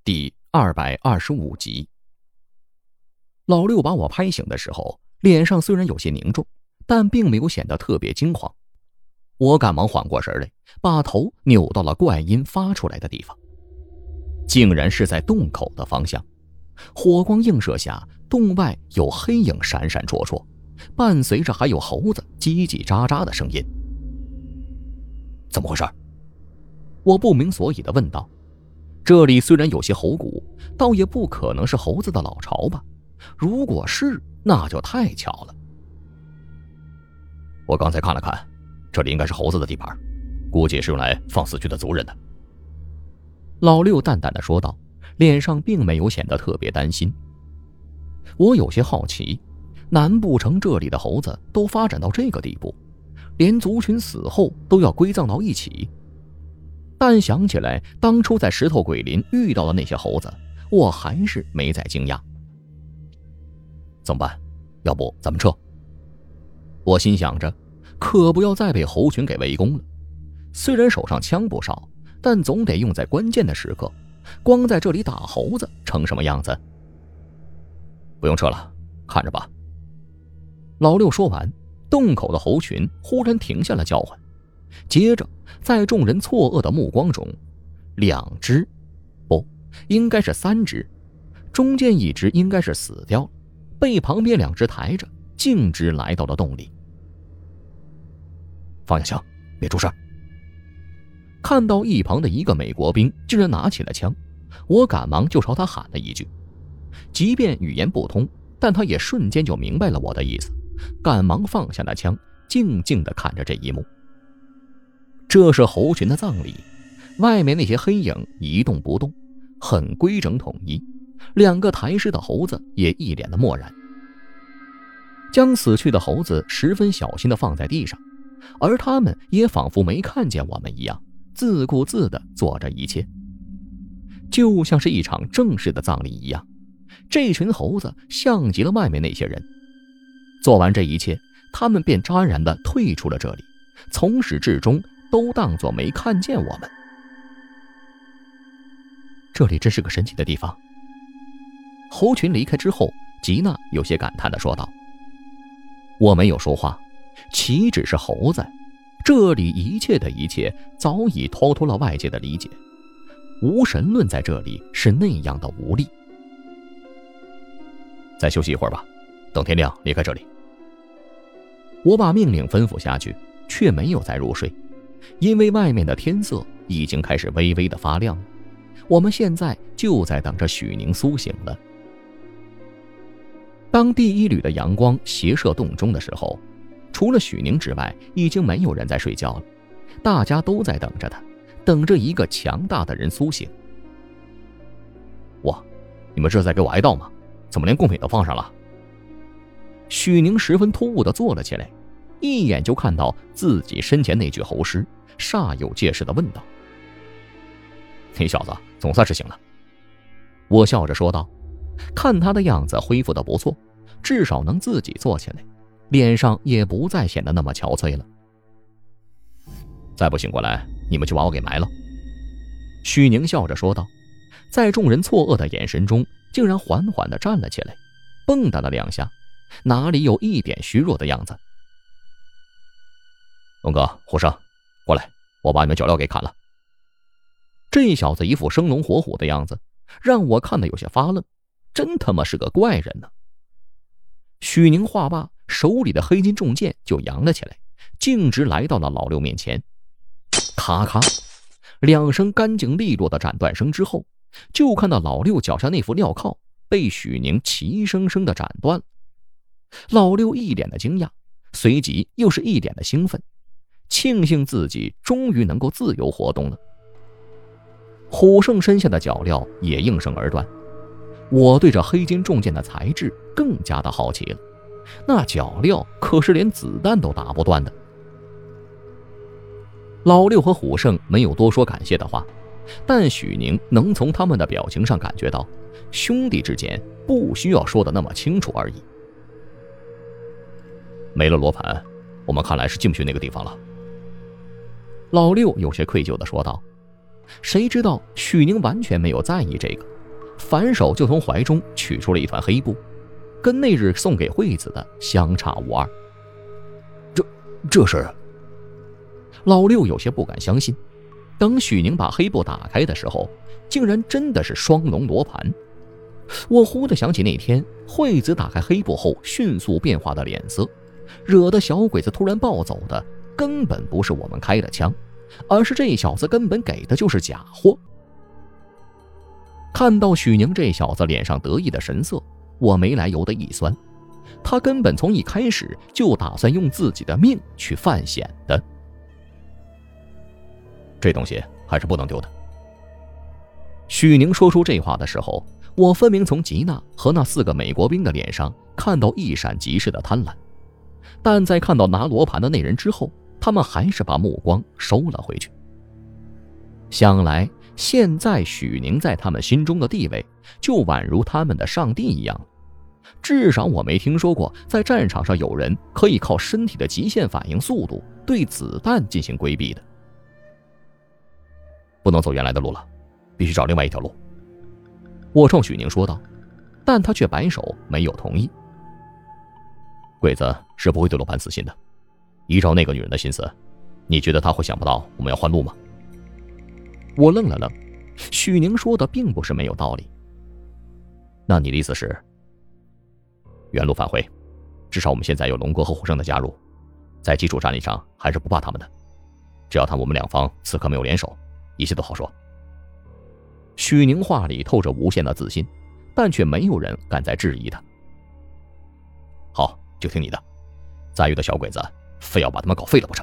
第225集。老六把我拍醒的时候，脸上虽然有些凝重，但并没有显得特别惊慌。我赶忙缓过神来，把头扭到了怪音发出来的地方，竟然是在洞口的方向。火光映射下，洞外有黑影闪闪烁烁，伴随着还有猴子叽叽喳喳的声音。怎么回事？我不明所以地问道。这里虽然有些猴谷，倒也不可能是猴子的老巢吧？如果是，那就太巧了。我刚才看了看，这里应该是猴子的地盘，估计是用来放死去的族人的。老六淡淡地说道，脸上并没有显得特别担心。我有些好奇，难不成这里的猴子都发展到这个地步，连族群死后都要归葬到一起？但想起来当初在石头鬼林遇到的那些猴子，我还是没再惊讶。怎么办？要不咱们撤？我心想着，可不要再被猴群给围攻了。虽然手上枪不少，但总得用在关键的时刻，光在这里打猴子成什么样子？不用撤了，看着吧。老六说完，洞口的猴群忽然停下了叫唤，接着在众人错愕的目光中，2只，不，应该是3只，中间一只应该是死掉了，被旁边2只抬着径直来到了洞里。放下枪，别出事。看到一旁的一个美国兵竟然拿起了枪，我赶忙就朝他喊了一句，即便语言不通，但他也瞬间就明白了我的意思，赶忙放下了枪，静静地看着这一幕。这是猴群的葬礼，外面那些黑影一动不动，很规整统一，2个抬尸的猴子也一脸的漠然，将死去的猴子十分小心地放在地上，而他们也仿佛没看见我们一样，自顾自地做着一切，就像是一场正式的葬礼一样。这群猴子像极了外面那些人。做完这一切，他们便扎然地退出了这里，从始至终都当作没看见我们。这里真是个神奇的地方。猴群离开之后，吉娜有些感叹地说道。我没有说话，岂止是猴子，这里一切的一切早已脱了外界的理解。无神论在这里是那样的无力。再休息一会儿吧，等天亮离开这里。我把命令吩咐下去，却没有再入睡，因为外面的天色已经开始微微的发亮了。我们现在就在等着许宁苏醒了。当第1缕的阳光斜射洞中的时候，除了许宁之外，已经没有人在睡觉了，大家都在等着他，等着一个强大的人苏醒。哇，你们这是在给我哀悼吗？怎么连贡品都放上了？许宁十分突兀地坐了起来，一眼就看到自己身前那具猴尸，煞有介事地问道：你小子总算是醒了。我笑着说道，看他的样子恢复得不错，至少能自己坐起来，脸上也不再显得那么憔悴了。再不醒过来，你们就把我给埋了。许宁笑着说道，在众人错愕的眼神中，竟然缓缓地站了起来，蹦跶了2下，哪里有一点虚弱的样子。龙哥、虎生，过来，我把你们脚镣给砍了。这小子一副生龙活虎的样子，让我看得有些发愣，真他妈是个怪人呢。许宁话罢，手里的黑金重剑就扬了起来，径直来到了老六面前。咔咔2声干净利落的斩断声之后，就看到老六脚下那副镣铐被许宁齐生生的斩断了。老六一脸的惊讶，随即又是一脸的兴奋，庆幸自己终于能够自由活动了。虎胜身下的脚镣也应声而断，我对这黑金重剑的材质更加的好奇了，那脚镣可是连子弹都打不断的。老六和虎胜没有多说感谢的话，但许宁能从他们的表情上感觉到，兄弟之间不需要说的那么清楚而已。没了罗盘，我们看来是进不去那个地方了。老六有些愧疚地说道。谁知道许宁完全没有在意这个， 反手就从怀中取出了一团黑布，跟那日送给惠子的相差无二。这是……老六有些不敢相信，等许宁把黑布打开的时候，竟然真的是双龙罗盘。我忽地想起那天惠子打开黑布后迅速变化的脸色，惹得小鬼子突然暴走的根本不是我们开的枪，而是这小子根本给的就是假货。看到许宁这小子脸上得意的神色，我没来由的一酸，他根本从一开始就打算用自己的命去犯险的。这东西还是不能丢的。许宁说出这话的时候，我分明从吉娜和那4个美国兵的脸上看到一闪即逝的贪婪，但在看到拿罗盘的那人之后，他们还是把目光收了回去。想来现在许宁在他们心中的地位就宛如他们的上帝一样，至少我没听说过在战场上有人可以靠身体的极限反应速度对子弹进行规避的。不能走原来的路了，必须找另外一条路。我冲许宁说道，但他却摆手没有同意。鬼子是不会对罗盘死心的，依照那个女人的心思，你觉得他会想不到我们要换路吗？我愣了愣，许宁说的并不是没有道理。那你的意思是原路返回？至少我们现在有龙哥和虎生的加入，在基础战力上还是不怕他们的。只要我们两方此刻没有联手，一切都好说。许宁话里透着无限的自信，但却没有人敢再质疑他。好，就听你的，再遇到小鬼子，非要把他们搞废了不成。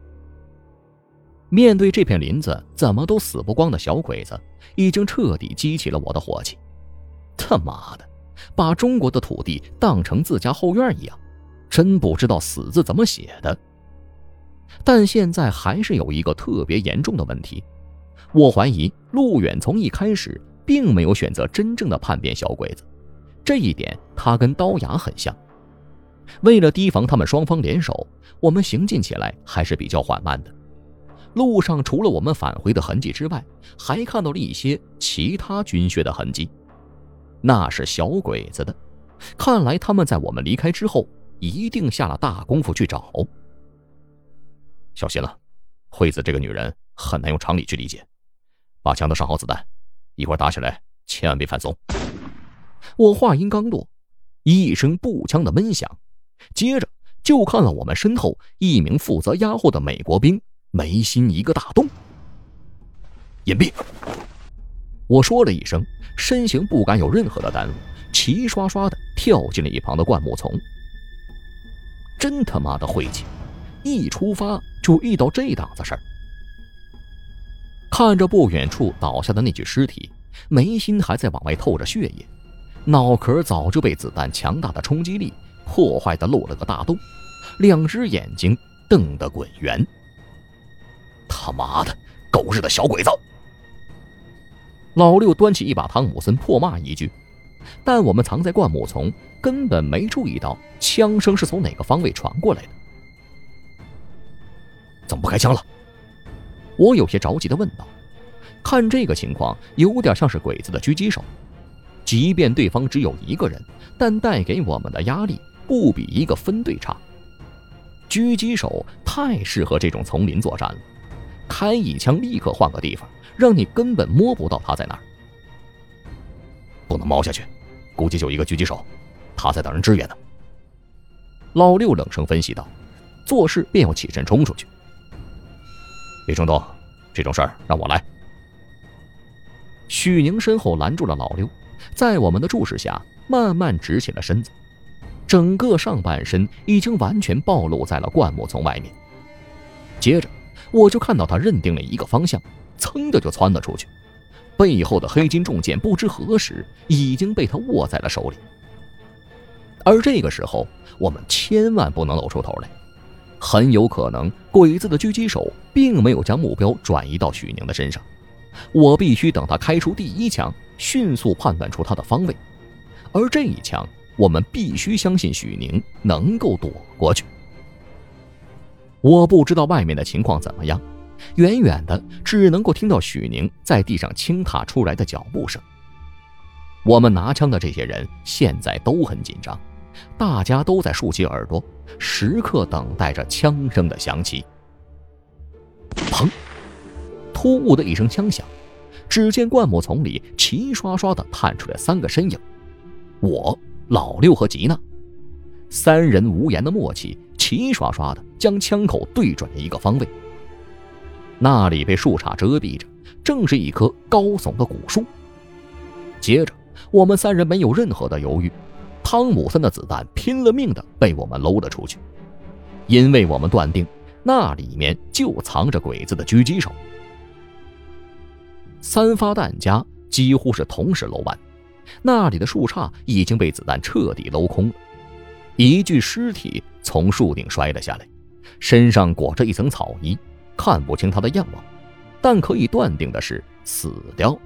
面对这片林子怎么都死不光的小鬼子，已经彻底激起了我的火气。他妈的，把中国的土地当成自家后院一样，真不知道死字怎么写的。但现在还是有一个特别严重的问题，我怀疑陆远从一开始并没有选择真正的叛变小鬼子，这一点他跟刀牙很像。为了提防他们双方联手，我们行进起来还是比较缓慢的。路上除了我们返回的痕迹之外，还看到了一些其他军靴的痕迹，那是小鬼子的。看来他们在我们离开之后一定下了大功夫去找。小心了，惠子这个女人很难用常理去理解，把枪都上好子弹，一会儿打起来千万别犯怂。我话音刚落，一声步枪的闷响，接着就看到我们身后一名负责压后的美国兵眉心一个大洞。隐蔽！我说了一声，身形不敢有任何的耽误，齐刷刷的跳进了一旁的灌木丛。真他妈的晦气，一出发就遇到这档子事儿。看着不远处倒下的那具尸体，眉心还在往外透着血液，脑壳早就被子弹强大的冲击力破坏的漏了个大洞，两只眼睛瞪得滚圆。他妈的，狗日的小鬼子！老六端起一把汤姆森破骂一句，但我们藏在灌木丛，根本没注意到枪声是从哪个方位传过来的。怎么不开枪了？我有些着急地问道。看这个情况，有点像是鬼子的狙击手。即便对方只有一个人，但带给我们的压力不比一个分队差。狙击手太适合这种丛林作战了，开一枪立刻换个地方，让你根本摸不到他在哪儿。不能猫下去，估计就一个狙击手，他在等人支援呢。老六冷声分析道，做事便要起身冲出去。别冲动，这种事儿让我来。许宁身后拦住了老六，在我们的注视下慢慢直起了身子，整个上半身已经完全暴露在了灌木丛外面。接着我就看到他认定了一个方向，噌的就窜了出去，背后的黑金重剑不知何时已经被他握在了手里。而这个时候我们千万不能露出头来，很有可能鬼子的狙击手并没有将目标转移到许宁的身上，我必须等他开出第一枪，迅速判断出他的方位，而这一枪我们必须相信许宁能够躲过去。我不知道外面的情况怎么样，远远的只能够听到许宁在地上轻踏出来的脚步声。 我们拿枪的这些人现在都很紧张，大家都在竖起耳朵，时刻等待着枪声的响起。砰！突兀的一声枪响，只见灌木丛里齐刷刷地探出来3个身影，我、老六和吉娜。3人无言的默契，齐刷刷地将枪口对准了一个方位。那里被树杈遮蔽着，正是一棵高耸的古树。接着我们3人没有任何的犹豫，汤姆森的子弹拼了命地被我们搂了出去，因为我们断定那里面就藏着鬼子的狙击手。3发弹夹几乎是同时搂完，那里的树杈已经被子弹彻底搂空了。一具尸体从树顶摔了下来，身上裹着一层草衣，看不清他的样貌，但可以断定的是死掉。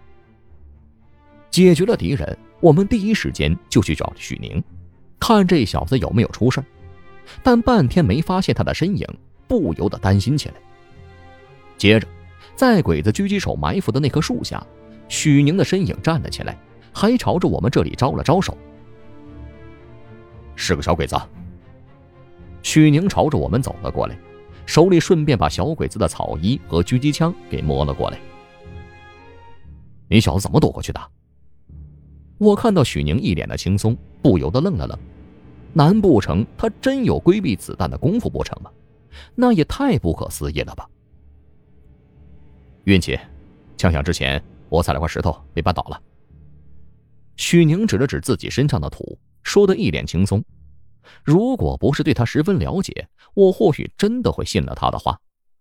解决了敌人，我们第一时间就去找许宁，看这小子有没有出事，但半天没发现他的身影，不由得担心起来。接着在鬼子狙击手埋伏的那棵树下，许宁的身影站了起来，还朝着我们这里招了招手。是个小鬼子。许宁朝着我们走了过来，手里顺便把小鬼子的草衣和狙击枪给摸了过来。你小子怎么躲过去的？我看到许宁一脸的轻松，不由得愣了愣。难不成他真有规避子弹的功夫不成吗？那也太不可思议了吧。运气，枪响之前我踩了块石头被绊倒了。许宁指了指自己身上的土，说得一脸轻松。如果不是对他十分了解，我或许真的会信了他的话。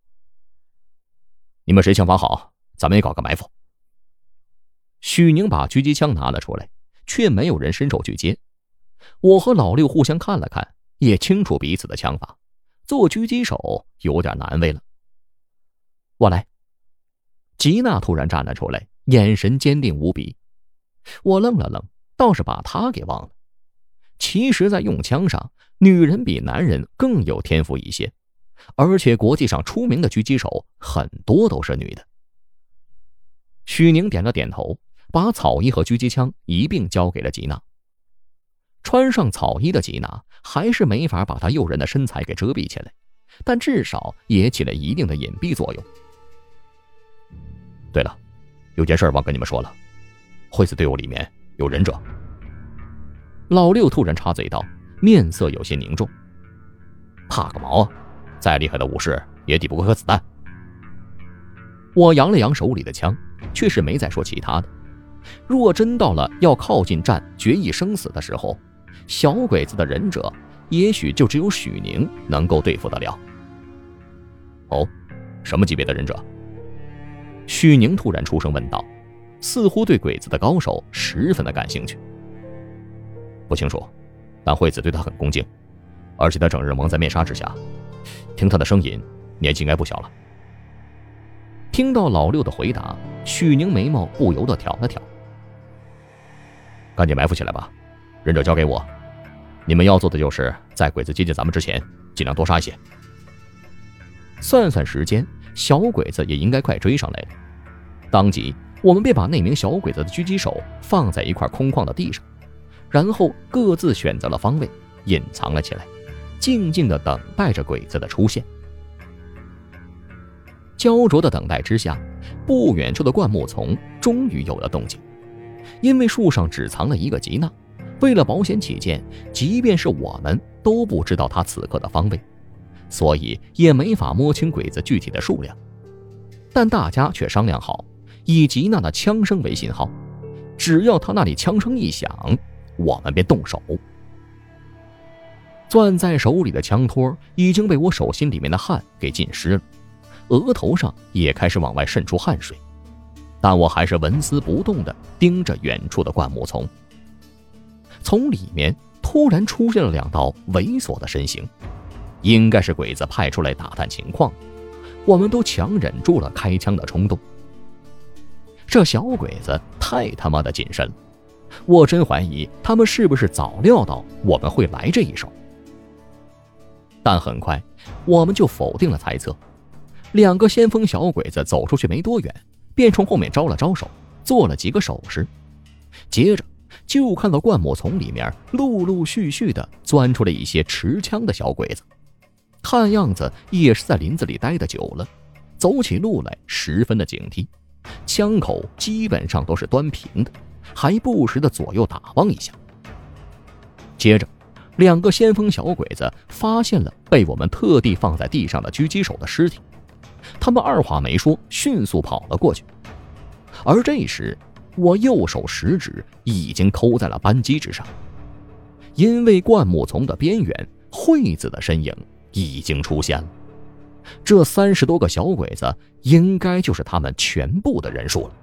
你们谁枪法好，咱们也搞个埋伏。许宁把狙击枪拿了出来，却没有人伸手去接。我和老六互相看了看，也清楚彼此的枪法，做狙击手有点难为了。我来。吉娜突然站了出来，眼神坚定无比。我愣了愣，倒是把她给忘了。其实在用枪上，女人比男人更有天赋一些，而且国际上出名的狙击手很多都是女的。许宁点了点头，把草衣和狙击枪一并交给了吉娜。穿上草衣的吉娜还是没法把她诱人的身材给遮蔽起来，但至少也起了一定的隐蔽作用。对了，有件事忘跟你们说了，会死队伍里面有忍者。老六突然插嘴道，面色有些凝重。怕个毛啊，再厉害的武士也抵不过颗子弹。我扬了扬手里的枪，却是没再说其他的。若真到了要靠近战决一生死的时候，小鬼子的忍者也许就只有许宁能够对付得了。哦，什么级别的忍者？许宁突然出声问道，似乎对鬼子的高手十分的感兴趣。不清楚，但惠子对他很恭敬，而且他整日蒙在面纱之下，听他的声音，年纪应该不小了。听到老六的回答，许宁眉毛不由得挑了挑。赶紧埋伏起来吧，忍者交给我，你们要做的就是在鬼子接近咱们之前，尽量多杀一些。算算时间，小鬼子也应该快追上来了。当即我们便把那名小鬼子的狙击手放在一块空旷的地上，然后各自选择了方位，隐藏了起来，静静地等待着鬼子的出现。焦灼的等待之下，不远处的灌木丛终于有了动静。因为树上只藏了一个吉娜，为了保险起见，即便是我们都不知道他此刻的方位，所以也没法摸清鬼子具体的数量。但大家却商量好，以吉娜的枪声为信号，只要他那里枪声一响，我们便动手。攥在手里的枪托已经被我手心里面的汗给浸湿了，额头上也开始往外渗出汗水，但我还是纹丝不动地盯着远处的灌木丛。从里面突然出现了2道猥琐的身形，应该是鬼子派出来打探情况，我们都强忍住了开枪的冲动。这小鬼子太他妈的谨慎了，我真怀疑他们是不是早料到我们会来这一手。但很快我们就否定了猜测，2个先锋小鬼子走出去没多远，便冲后面招了招手，做了几个手势。 接着就看到灌木丛里面陆陆续续的钻出了一些持枪的小鬼子，看样子也是在林子里待得久了，走起路来十分的警惕，枪口基本上都是端平的，还不时的左右打望一下。接着2个先锋小鬼子发现了被我们特地放在地上的狙击手的尸体，他们二话没说，迅速跑了过去。而这时我右手食指已经扣在了扳机之上，因为灌木丛的边缘惠子的身影已经出现了，这30多个小鬼子应该就是他们全部的人数了。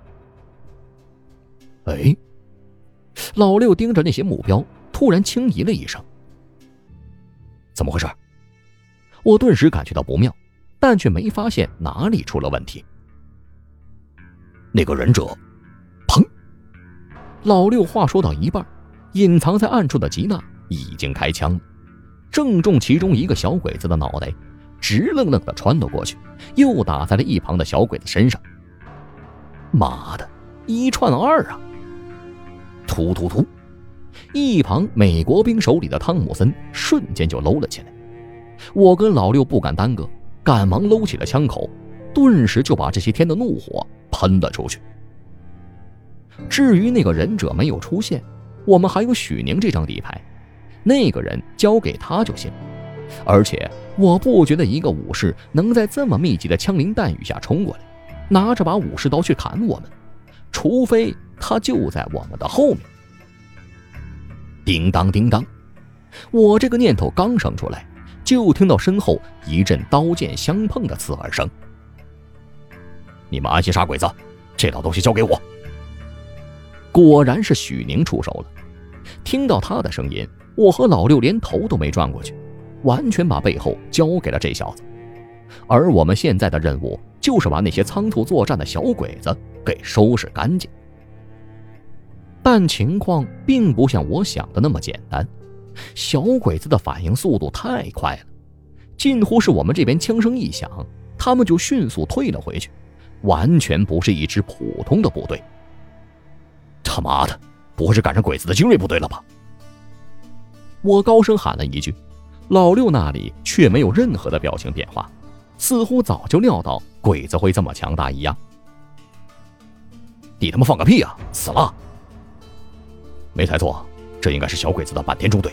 哎，老六盯着那些目标，突然轻疑了一声。怎么回事？我顿时感觉到不妙，但却没发现哪里出了问题。那个忍者，砰！老六话说到一半，隐藏在暗处的吉娜已经开枪了，正中其中一个小鬼子的脑袋，直愣愣地穿了过去，又打在了一旁的小鬼子身上。妈的，1串2啊！突突突！一旁美国兵手里的汤姆森瞬间就搂了起来，我跟老六不敢耽搁，赶忙搂起了枪口，顿时就把这些天的怒火喷了出去。至于那个忍者没有出现，我们还有许宁这张底牌，那个人交给他就行。而且我不觉得一个武士能在这么密集的枪林弹雨下冲过来，拿着把武士刀去砍我们，除非他就在我们的后面。叮当叮当，我这个念头刚生出来，就听到身后一阵刀剑相碰的刺耳声。你们安心杀鬼子，这套东西交给我。果然是许宁出手了。听到他的声音，我和老六连头都没转过去，完全把背后交给了这小子。而我们现在的任务就是把那些仓促作战的小鬼子给收拾干净。但情况并不像我想的那么简单，小鬼子的反应速度太快了，近乎是我们这边枪声一响，他们就迅速退了回去，完全不是一支普通的部队。他妈的，不会是赶上鬼子的精锐部队了吧？我高声喊了一句，老六那里却没有任何的表情变化，似乎早就料到鬼子会这么强大一样。你他妈放个屁啊，死了！没猜错，这应该是小鬼子的坂田中队。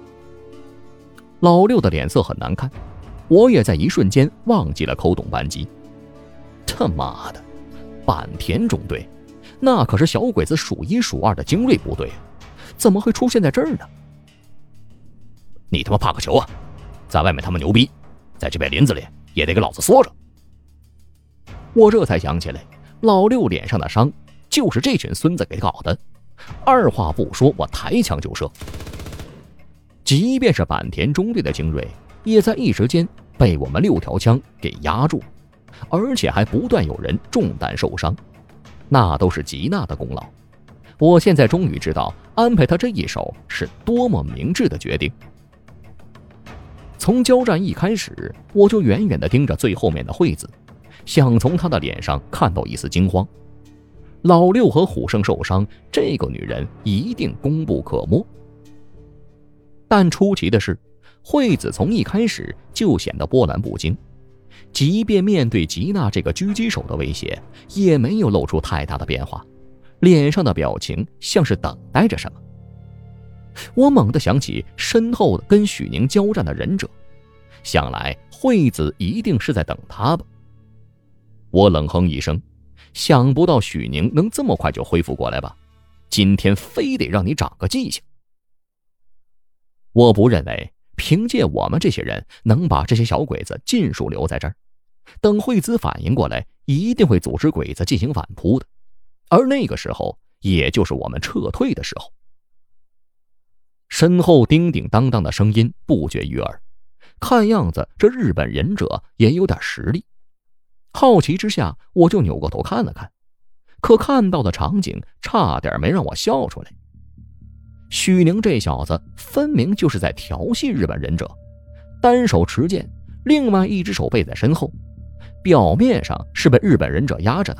老六的脸色很难看，我也在一瞬间忘记了扣动扳机。他妈的，坂田中队，那可是小鬼子数1数2的精锐部队，怎么会出现在这儿呢？你他妈怕个球啊！在外面他们牛逼，在这片林子里也得给老子缩着。我这才想起来，老六脸上的伤就是这群孙子给搞的。二话不说，我抬枪就射。即便是坂田中队的精锐，也在一时间被我们6条枪给压住，而且还不断有人中弹受伤，那都是吉娜的功劳。我现在终于知道安排他这一手是多么明智的决定。从交战一开始，我就远远地盯着最后面的惠子，想从她的脸上看到一丝惊慌。老六和虎生受伤，这个女人一定功不可没。但出奇的是，惠子从一开始就显得波澜不惊，即便面对吉娜这个狙击手的威胁，也没有露出太大的变化，脸上的表情像是等待着什么。我猛地想起身后跟许宁交战的忍者，想来惠子一定是在等他吧。我冷哼一声，想不到许宁能这么快就恢复过来吧，今天非得让你长个记性。我不认为凭借我们这些人能把这些小鬼子尽数留在这儿，等惠子反应过来，一定会组织鬼子进行反扑的，而那个时候也就是我们撤退的时候。身后叮叮当当的声音不绝于耳，看样子这日本忍者也有点实力。好奇之下，我就扭过头看了看，可看到的场景差点没让我笑出来。许宁这小子分明就是在调戏日本忍者，单手持剑，另外一只手背在身后，表面上是被日本忍者压着打，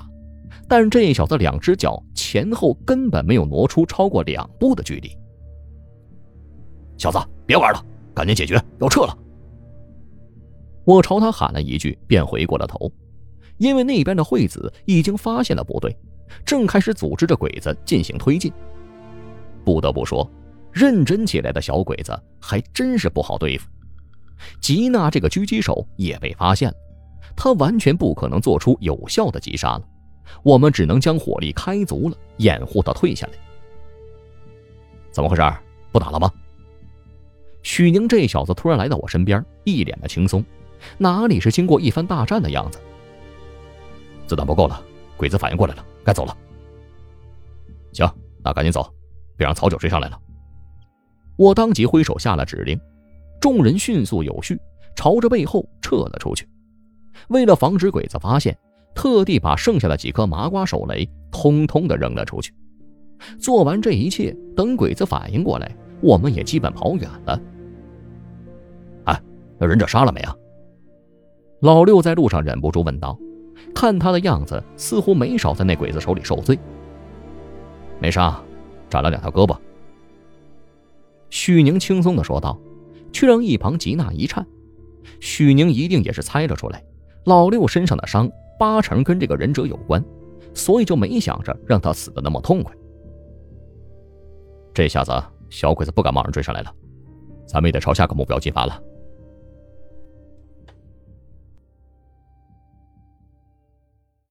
但这小子2只脚前后根本没有挪出超过2步的距离。小子，别玩了，赶紧解决，要撤了。我朝他喊了一句，便回过了头，因为那边的惠子已经发现了不对，正开始组织着鬼子进行推进。不得不说，认真起来的小鬼子还真是不好对付。吉娜这个狙击手也被发现了，他完全不可能做出有效的击杀了，我们只能将火力开足了，掩护他退下来。怎么回事？不打了吗？许宁这小子突然来到我身边，一脸的轻松，哪里是经过一番大战的样子。子弹不够了，鬼子反应过来了，该走了。行，那赶紧走，别让曹九追上来了。我当即挥手下了指令，众人迅速有序，朝着背后撤了出去。为了防止鬼子发现，特地把剩下的几颗麻瓜手雷通通的扔了出去。做完这一切，等鬼子反应过来，我们也基本跑远了。哎，忍者杀了没啊？老六在路上忍不住问道，看他的样子似乎没少在那鬼子手里受罪。没杀，斩了2条胳膊。许宁轻松地说道，却让一旁吉娜一颤。许宁一定也是猜了出来，老六身上的伤8成跟这个忍者有关，所以就没想着让他死得那么痛快。这下子小鬼子不敢贸然追上来了，咱们也得朝下个目标进发了。